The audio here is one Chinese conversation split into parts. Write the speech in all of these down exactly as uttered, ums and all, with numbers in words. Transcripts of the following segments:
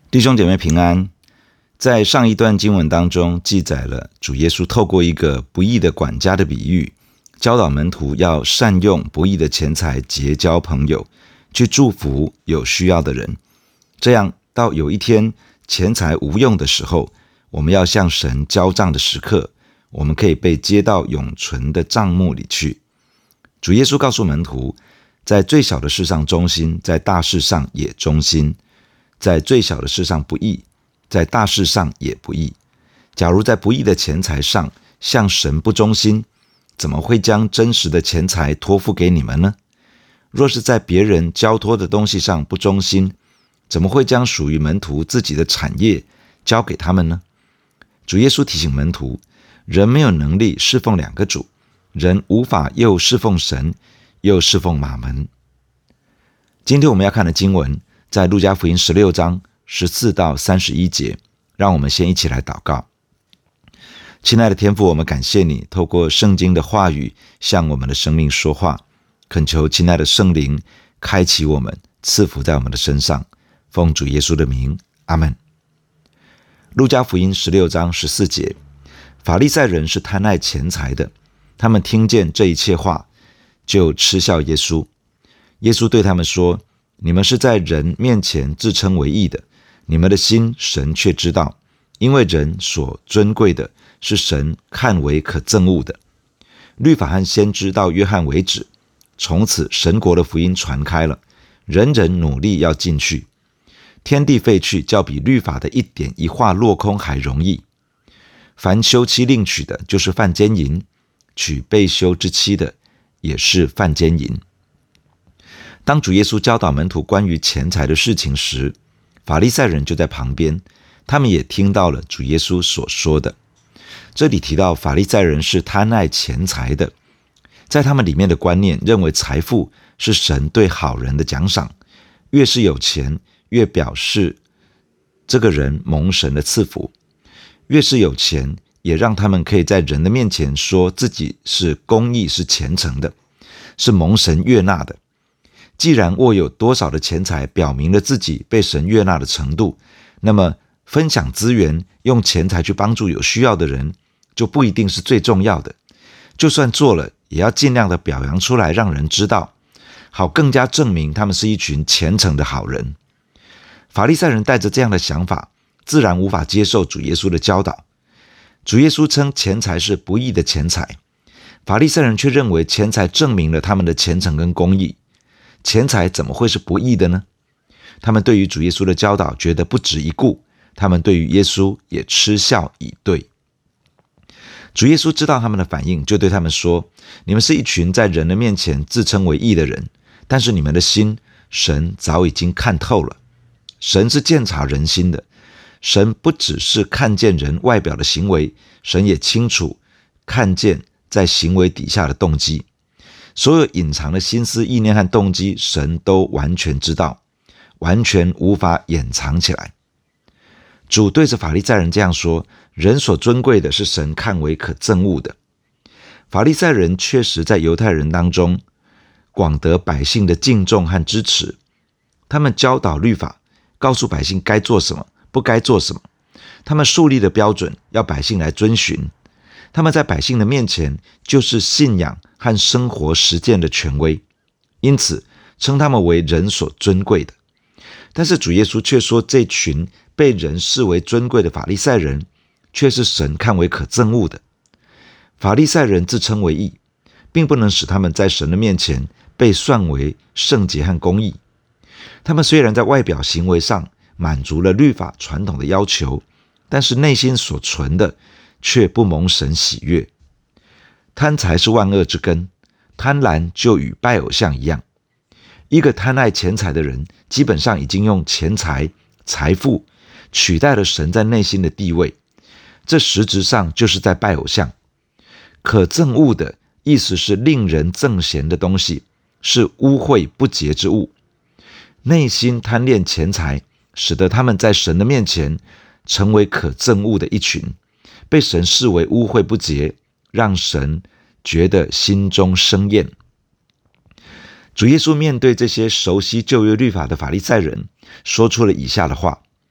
弟兄姐妹平安。在上一段经文当中记载了主耶稣透过一个不义的管家的比喻，教导门徒要善用不义的钱财结交朋友，去祝福有需要的人。这样到有一天钱财无用的时候，我们要向神交账的时刻，我们可以被接到永存的账目里去。主耶稣告诉门徒，在最小的事上忠心，在大事上也忠心；在最小的事上不义，在大事上也不义。假如在不义的钱财上向神不忠心，怎么会将真实的钱财托付给你们呢？若是在别人交托的东西上不忠心，怎么会将属于门徒自己的产业交给他们呢？主耶稣提醒门徒，人没有能力侍奉两个主，人无法又侍奉神又侍奉马门。今天我们要看的经文在路加福音十六章十四到三十一节，让我们先一起来祷告。亲爱的天父，我们感谢你透过圣经的话语向我们的生命说话，恳求亲爱的圣灵开启我们，赐福在我们的身上，奉主耶稣的名，阿们。路加福音十六章十四节，法利赛人是贪爱钱财的，他们听见这一切话，就嗤笑耶稣。耶稣对他们说，你们是在人面前自称为义的，你们的心神却知道，因为人所尊贵的是神看为可憎恶的。律法和先知到约翰为止，从此神国的福音传开了，人人努力要进去。天地废去，较比律法的一点一画落空还容易。凡休妻另娶的，就是犯奸淫；娶被休之妻的，也是犯奸淫。当主耶稣教导门徒关于钱财的事情时，法利赛人就在旁边，他们也听到了主耶稣所说的。这里提到法利赛人是贪爱钱财的，在他们里面的观念认为财富是神对好人的奖赏，越是有钱，越表示这个人蒙神的赐福；越是有钱，也让他们可以在人的面前说自己是公义、是虔诚的，是蒙神悦纳的。既然握有多少的钱财表明了自己被神悦纳的程度，那么分享资源，用钱财去帮助有需要的人，就不一定是最重要的。就算做了，也要尽量的表扬出来，让人知道，好更加证明他们是一群虔诚的好人。法利赛人带着这样的想法，自然无法接受主耶稣的教导。主耶稣称钱财是不义的钱财，法利赛人却认为钱财证明了他们的虔诚跟公义。钱财怎么会是不义的呢？他们对于主耶稣的教导觉得不值一顾，他们对于耶稣也嗤笑以对。主耶稣知道他们的反应，就对他们说，你们是一群在人的面前自称为义的人，但是你们的心，神早已经看透了。神是鉴察人心的，神不只是看见人外表的行为，神也清楚看见在行为底下的动机。所有隐藏的心思、意念和动机，神都完全知道，完全无法掩藏起来。主对着法利赛人这样说，人所尊贵的是神看为可憎恶的。法利赛人确实在犹太人当中广得百姓的敬重和支持，他们教导律法，告诉百姓该做什么，不该做什么，他们树立的标准要百姓来遵循，他们在百姓的面前就是信仰和生活实践的权威，因此称他们为人所尊贵的。但是主耶稣却说，这群被人视为尊贵的法利赛人，却是神看为可憎恶的。法利赛人自称为义，并不能使他们在神的面前被算为圣洁和公义。他们虽然在外表行为上满足了律法传统的要求，但是内心所存的却不蒙神喜悦。贪财是万恶之根，贪婪就与拜偶像一样。一个贪爱钱财的人，基本上已经用钱财、财富取代了神在内心的地位，这实质上就是在拜偶像。可憎恶的意思是令人憎嫌的东西，是污秽不洁之物。内心贪恋钱财，使得他们在神的面前成为可憎恶的一群，被神视为污秽不洁，让神觉得心中生厌。主耶稣面对这些熟悉旧约律法的法利赛人，说出了以下的话：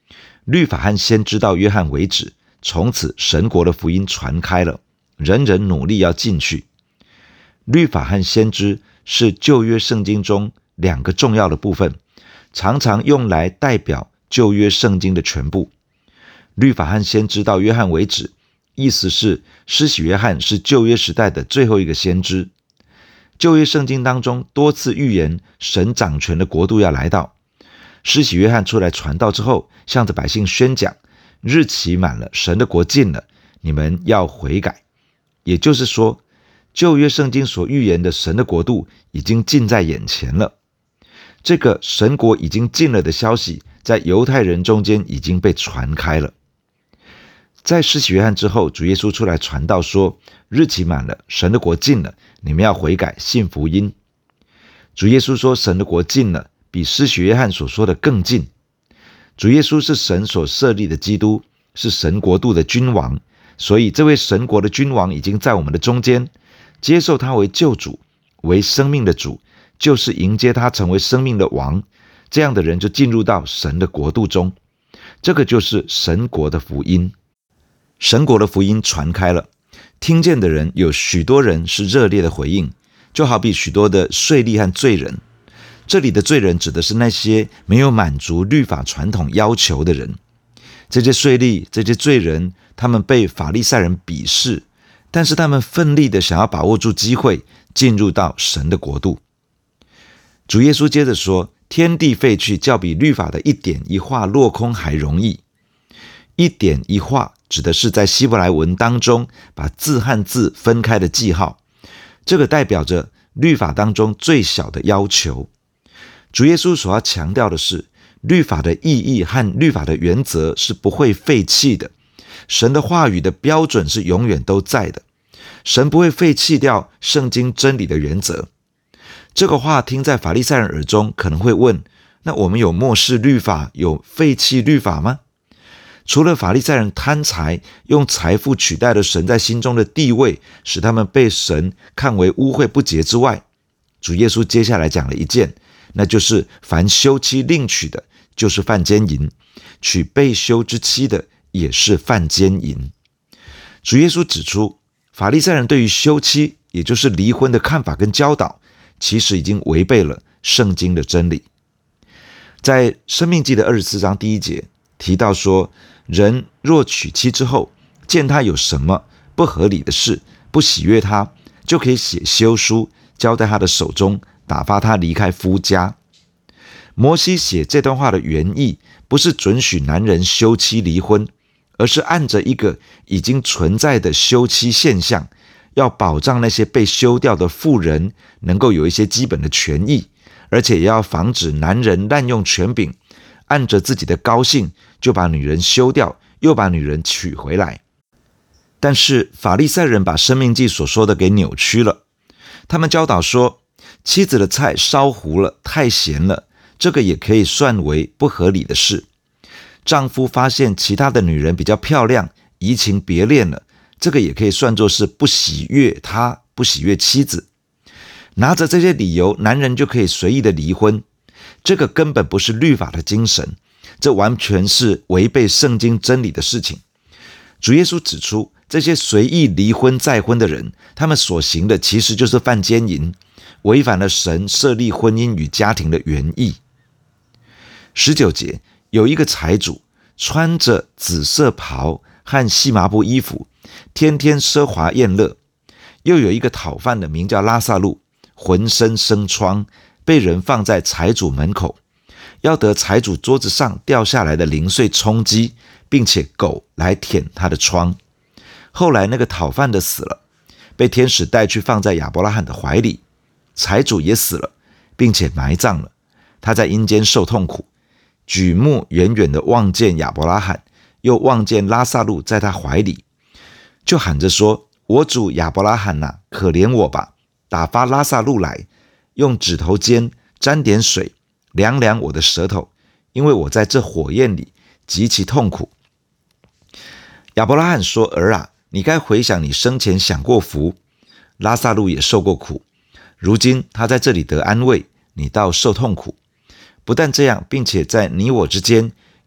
律法和先知到约翰为止，从此神国的福音传开了，人人努力要进去。律法和先知是旧约圣经中两个重要的部分，常常用来代表旧约圣经的全部。律法和先知到约翰为止，意思是施洗约翰是旧约时代的最后一个先知。旧约圣经当中多次预言神掌权的国度要来到。施洗约翰出来传道之后，向着百姓宣讲，日期满了，神的国近了，你们要悔改。也就是说，旧约圣经所预言的神的国度已经近在眼前了。这个神国已经近了的消息，在犹太人中间已经被传开了。在施洗约翰之后，主耶稣出来传道说，日期满了，神的国近了，你们要悔改，信福音。主耶稣说神的国近了，比施洗约翰所说的更近。主耶稣是神所设立的基督，是神国度的君王，所以这位神国的君王已经在我们的中间，接受他为救主，为生命的主，就是迎接他成为生命的王，这样的人就进入到神的国度中。这个就是神国的福音。神国的福音传开了，听见的人有许多人是热烈的回应，就好比许多的税吏和罪人。这里的罪人指的是那些没有满足律法传统要求的人。这些税吏，这些罪人，他们被法利赛人鄙视，但是他们奋力的想要把握住机会，进入到神的国度。主耶稣接着说，天地废去，较比律法的一点一画落空还容易。一点一画指的是在希伯来文当中把字和字分开的记号，这个代表着律法当中最小的要求。主耶稣所要强调的是，律法的意义和律法的原则是不会废弃的，神的话语的标准是永远都在的，神不会废弃掉圣经真理的原则。这个话听在法利赛人耳中，可能会问，那我们有漠视律法，有废弃律法吗？除了法利赛人贪财，用财富取代了神在心中的地位，使他们被神看为污秽不洁之外，主耶稣接下来讲了一件，那就是凡休妻另娶的，就是犯奸淫，娶被休之妻的，也是犯奸淫。主耶稣指出，法利赛人对于休妻，也就是离婚的看法跟教导，其实已经违背了圣经的真理。在申命记的二十四章第一节提到说，人若娶妻之后，见他有什么不合理的事，不喜悦他，就可以写休书，交在他的手中，打发他离开夫家。摩西写这段话的原意，不是准许男人休妻离婚，而是按着一个已经存在的休妻现象，要保障那些被休掉的妇人能够有一些基本的权益，而且也要防止男人滥用权柄，按着自己的高兴就把女人休掉，又把女人娶回来。但是法利赛人把申命记所说的给扭曲了，他们教导说，妻子的菜烧糊了，太咸了，这个也可以算为不合理的事。丈夫发现其他的女人比较漂亮，移情别恋了，这个也可以算作是不喜悦他，不喜悦妻子。拿着这些理由，男人就可以随意的离婚，这个根本不是律法的精神，这完全是违背圣经真理的事情。主耶稣指出，这些随意离婚再婚的人，他们所行的其实就是犯奸淫，违反了神设立婚姻与家庭的原意。十九节，有一个财主穿着紫色袍和细麻布衣服，天天奢华宴乐。又有一个讨饭的名叫拉撒路，浑身生疮，被人放在财主门口，要得财主桌子上掉下来的零碎充饥，并且狗来舔他的疮。后来那个讨饭的死了，被天使带去放在亚伯拉罕的怀里。财主也死了，并且埋葬了，他在阴间受痛苦，举目远远的望见亚伯拉罕，又望见拉撒路在他怀里，就喊着说，我主亚伯拉罕啊，可怜我吧，打发拉撒路来，用指头尖沾点水，凉凉我的舌头，因为我在这火焰里极其痛苦。亚伯拉罕说，儿啊，你该回想你生前享过福，拉撒路也受过苦，如今他在这里得安慰，你倒受痛苦。不但这样，并且在你我之间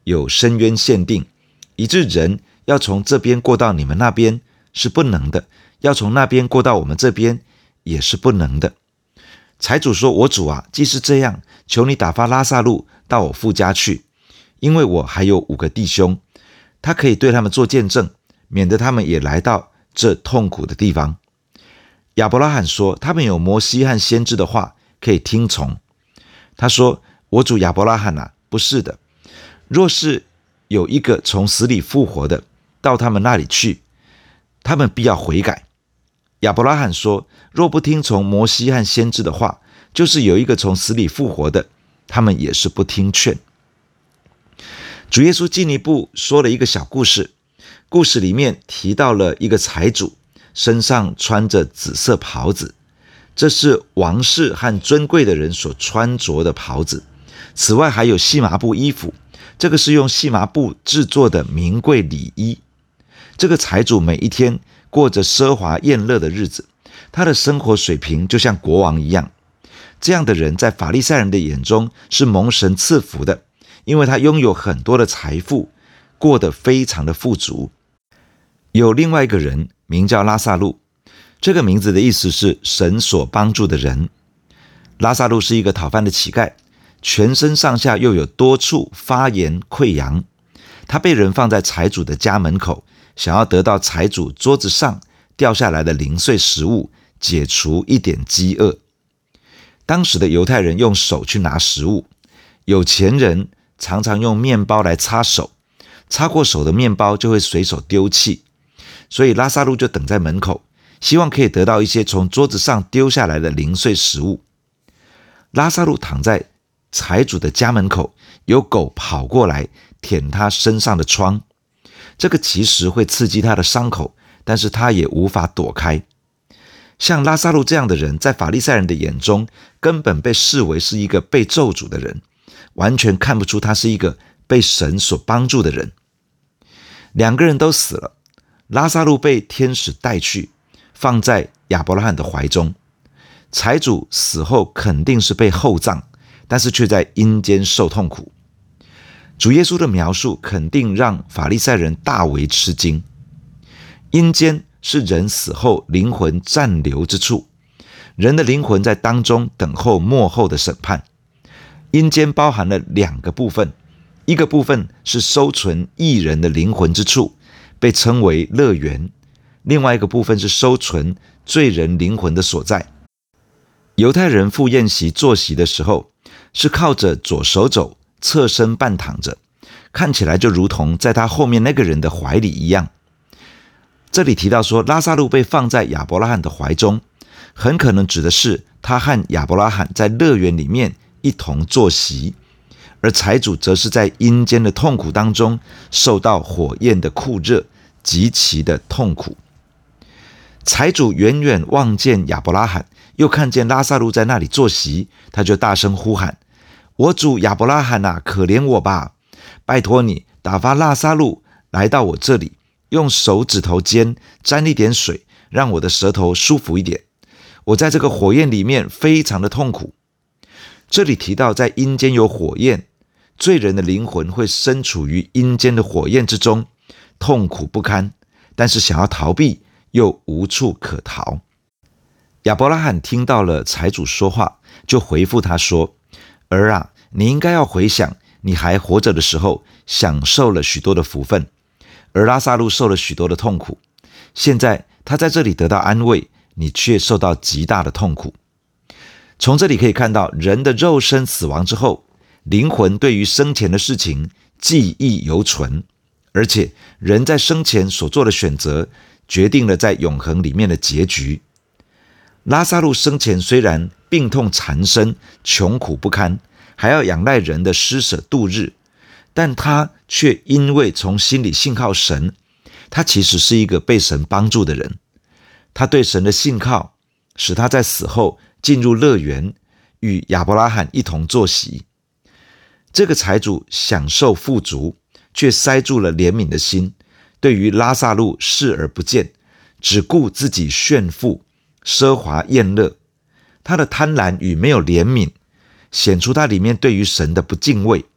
有深渊限定，以致人要从这边过到你们那边是不能的，要从那边过到我们这边也是不能的。财主说，我主啊，既是这样，求你打发拉撒路到我父家去，因为我还有五个弟兄，他可以对他们做见证，免得他们也来到这痛苦的地方。亚伯拉罕说，他们有摩西和先知的话可以听从。他说，我主亚伯拉罕啊，不是的，若是有一个从死里复活的到他们那里去，他们必要悔改。亚伯拉罕说，若不听从摩西和先知的话，就是有一个从死里复活的，他们也是不听劝。主耶稣进一步说了一个小故事，故事里面提到了一个财主身上穿着紫色袍子，这是王室和尊贵的人所穿着的袍子。此外还有细麻布衣服，这个是用细麻布制作的名贵礼衣。这个财主每一天过着奢华宴乐的日子，他的生活水平就像国王一样。这样的人在法利赛人的眼中是蒙神赐福的，因为他拥有很多的财富，过得非常的富足。有另外一个人名叫拉撒路，这个名字的意思是神所帮助的人。拉撒路是一个讨饭的乞丐，全身上下又有多处发炎溃疡。他被人放在财主的家门口，想要得到财主桌子上掉下来的零碎食物，解除一点饥饿。当时的犹太人用手去拿食物，有钱人常常用面包来擦手，擦过手的面包就会随手丢弃，所以拉撒路就等在门口，希望可以得到一些从桌子上丢下来的零碎食物。拉撒路躺在财主的家门口，有狗跑过来舔他身上的疮，这个其实会刺激他的伤口，但是他也无法躲开。像拉撒路这样的人，在法利赛人的眼中根本被视为是一个被咒诅的人，完全看不出他是一个被神所帮助的人。两个人都死了，拉撒路被天使带去，放在亚伯拉罕的怀中。财主死后肯定是被厚葬，但是却在阴间受痛苦。主耶稣的描述肯定让法利赛人大为吃惊。阴间是人死后灵魂暂留之处，人的灵魂在当中等候末后的审判。阴间包含了两个部分，一个部分是收存义人的灵魂之处，被称为乐园；另外一个部分是收存罪人灵魂的所在。犹太人赴宴席坐席的时候，是靠着左手肘侧身半躺着，看起来就如同在他后面那个人的怀里一样。这里提到说，拉撒路被放在亚伯拉罕的怀中，很可能指的是他和亚伯拉罕在乐园里面一同坐席，而财主则是在阴间的痛苦当中受到火焰的酷热，极其的痛苦。财主远远望见亚伯拉罕，又看见拉撒路在那里坐席，他就大声呼喊，我主亚伯拉罕啊，可怜我吧，拜托你打发拉撒路来到我这里，用手指头尖沾一点水，让我的舌头舒服一点，我在这个火焰里面非常的痛苦。这里提到在阴间有火焰，罪人的灵魂会身处于阴间的火焰之中，痛苦不堪，但是想要逃避又无处可逃。亚伯拉罕听到了财主说话，就回复他说，儿啊，你应该要回想你还活着的时候享受了许多的福分，而拉撒路受了许多的痛苦，现在他在这里得到安慰，你却受到极大的痛苦。从这里可以看到，人的肉身死亡之后，灵魂对于生前的事情记忆犹存，而且人在生前所做的选择决定了在永恒里面的结局。拉撒路生前虽然病痛缠身，穷苦不堪，还要仰赖人的施舍度日，但他却因为从心里信靠神，他其实是一个被神帮助的人。他对神的信靠使他在死后进入乐园，与亚伯拉罕一同坐席。这个财主享受富足，却塞住了怜悯的心，对于拉撒路视而不见，只顾自己炫富奢华宴乐。他的贪婪与没有怜悯显出他里面对于神的不敬畏，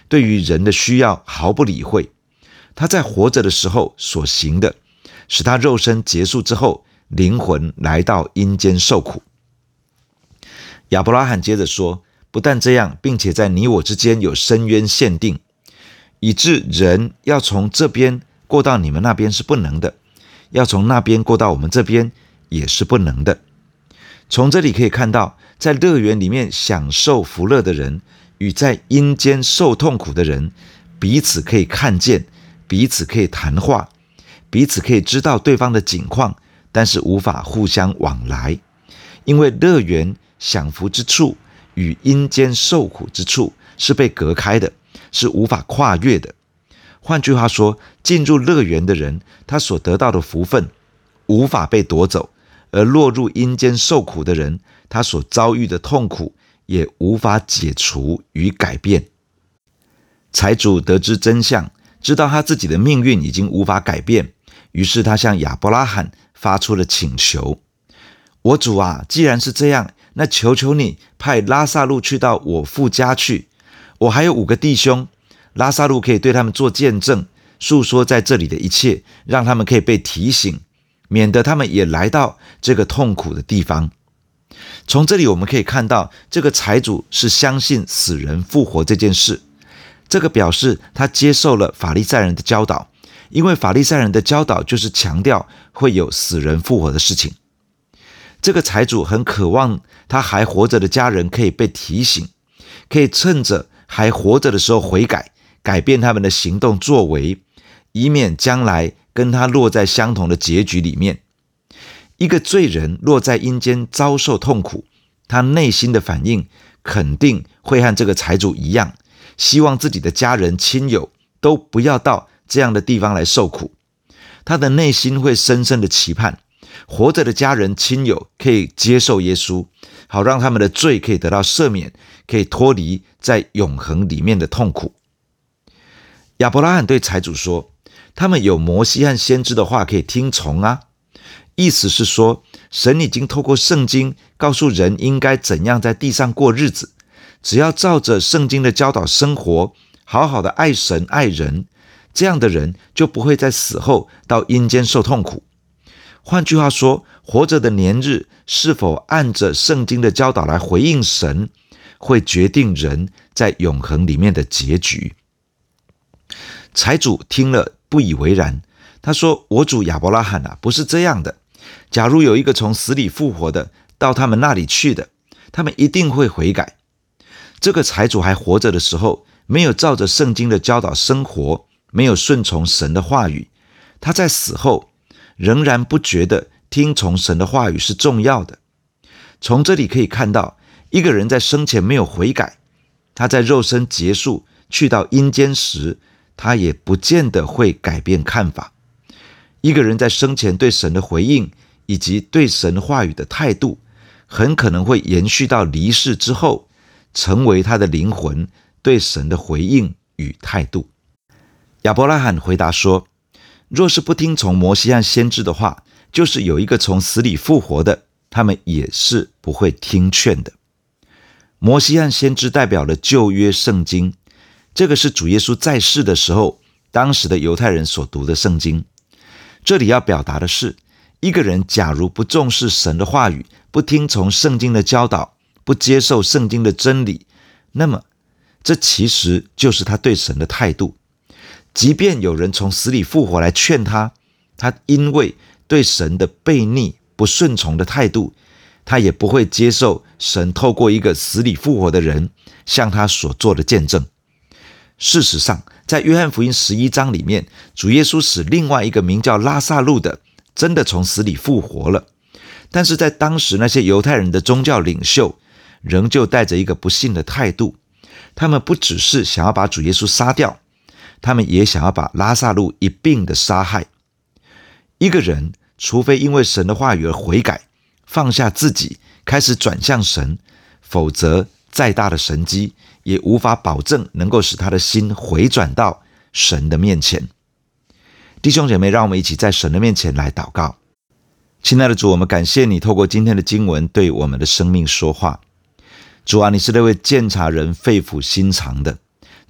对于人的需要毫不理会。他在活着的时候所行的，使他肉身结束之后，灵魂来到阴间受苦。亚伯拉罕接着说，不但这样，并且在你我之间有深渊限定，以致人要从这边过到你们那边是不能的，要从那边过到我们这边也是不能的。从这里可以看到，在乐园里面享受福乐的人，与在阴间受痛苦的人，彼此可以看见，彼此可以谈话，彼此可以知道对方的景况，但是无法互相往来，因为乐园享福之处与阴间受苦之处是被隔开的，是无法跨越的。换句话说，进入乐园的人，他所得到的福分无法被夺走，而落入阴间受苦的人，他所遭遇的痛苦也无法解除与改变。财主得知真相，知道他自己的命运已经无法改变，于是他向亚伯拉罕发出了请求：我主啊，既然是这样，那求求你派拉撒路去到我父家去，我还有五个弟兄，拉撒路可以对他们做见证，述说在这里的一切，让他们可以被提醒，免得他们也来到这个痛苦的地方。从这里我们可以看到，这个财主是相信死人复活这件事，这个表示他接受了法利赛人的教导，因为法利赛人的教导就是强调会有死人复活的事情。这个财主很渴望他还活着的家人可以被提醒，可以趁着还活着的时候悔改，改变他们的行动作为，以免将来跟他落在相同的结局里面。一个罪人落在阴间遭受痛苦，他内心的反应肯定会和这个财主一样，希望自己的家人亲友都不要到这样的地方来受苦。他的内心会深深的期盼活着的家人亲友可以接受耶稣，好让他们的罪可以得到赦免，可以脱离在永恒里面的痛苦。亚伯拉罕对财主说，他们有摩西和先知的话可以听从啊。意思是说，神已经透过圣经告诉人应该怎样在地上过日子，只要照着圣经的教导生活，好好的爱神爱人，这样的人就不会在死后到阴间受痛苦。换句话说，活着的年日是否按着圣经的教导来回应神，会决定人在永恒里面的结局。财主听了不以为然，他说，我主亚伯拉罕啊，不是这样的，假如有一个从死里复活的到他们那里去的，他们一定会悔改。这个财主还活着的时候，没有照着圣经的教导生活，没有顺从神的话语，他在死后仍然不觉得听从神的话语是重要的。从这里可以看到，一个人在生前没有悔改，他在肉身结束去到阴间时，他也不见得会改变看法。一个人在生前对神的回应以及对神话语的态度，很可能会延续到离世之后，成为他的灵魂对神的回应与态度。亚伯拉罕回答说，若是不听从摩西和先知的话，就是有一个从死里复活的，他们也是不会听劝的。摩西和先知代表了旧约圣经，这个是主耶稣在世的时候，当时的犹太人所读的圣经。这里要表达的是，一个人假如不重视神的话语，不听从圣经的教导，不接受圣经的真理，那么这其实就是他对神的态度。即便有人从死里复活来劝他，他因为对神的悖逆不顺从的态度，他也不会接受神透过一个死里复活的人向他所做的见证。事实上，在约翰福音十一章里面，主耶稣使另外一个名叫拉撒路的真的从死里复活了，但是在当时那些犹太人的宗教领袖仍旧带着一个不信的态度，他们不只是想要把主耶稣杀掉，他们也想要把拉撒路一并的杀害。一个人除非因为神的话语而悔改，放下自己，开始转向神，否则再大的神迹也无法保证能够使他的心回转到神的面前。弟兄姐妹，让我们一起在神的面前来祷告。亲爱的主，我们感谢你透过今天的经文对我们的生命说话。主啊，你是那位鉴察人肺腑心肠的。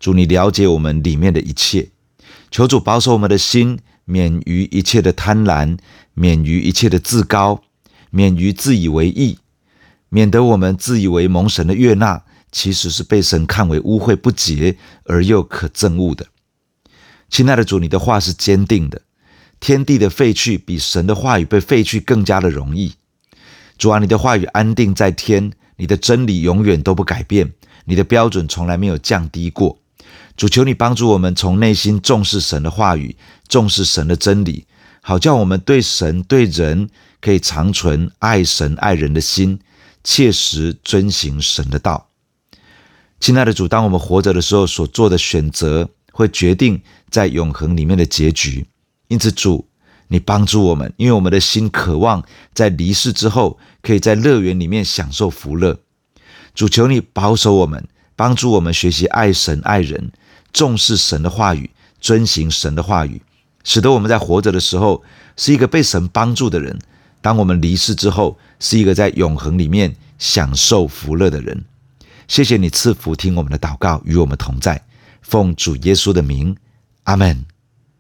主，你了解我们里面的一切，求主保守我们的心，免于一切的贪婪，免于一切的自高，免于自以为义，免得我们自以为蒙神的悦纳，其实是被神看为污秽不洁而又可憎恶的。亲爱的主，你的话是坚定的，天地的废去比神的话语被废去更加的容易。主啊，你的话语安定在天，你的真理永远都不改变，你的标准从来没有降低过。主，求你帮助我们从内心重视神的话语，重视神的真理，好叫我们对神对人可以长存爱神爱人的心，切实遵行神的道。亲爱的主，当我们活着的时候所做的选择会决定在永恒里面的结局，因此主，你帮助我们，因为我们的心渴望在离世之后可以在乐园里面享受福乐。主，求你保守我们，帮助我们学习爱神爱人，重视神的话语，遵行神的话语，使得我们在活着的时候是一个被神帮助的人，当我们离世之后是一个在永恒里面享受福乐的人。谢谢你赐福听我们的祷告，与我们同在，奉主耶稣的名，阿们。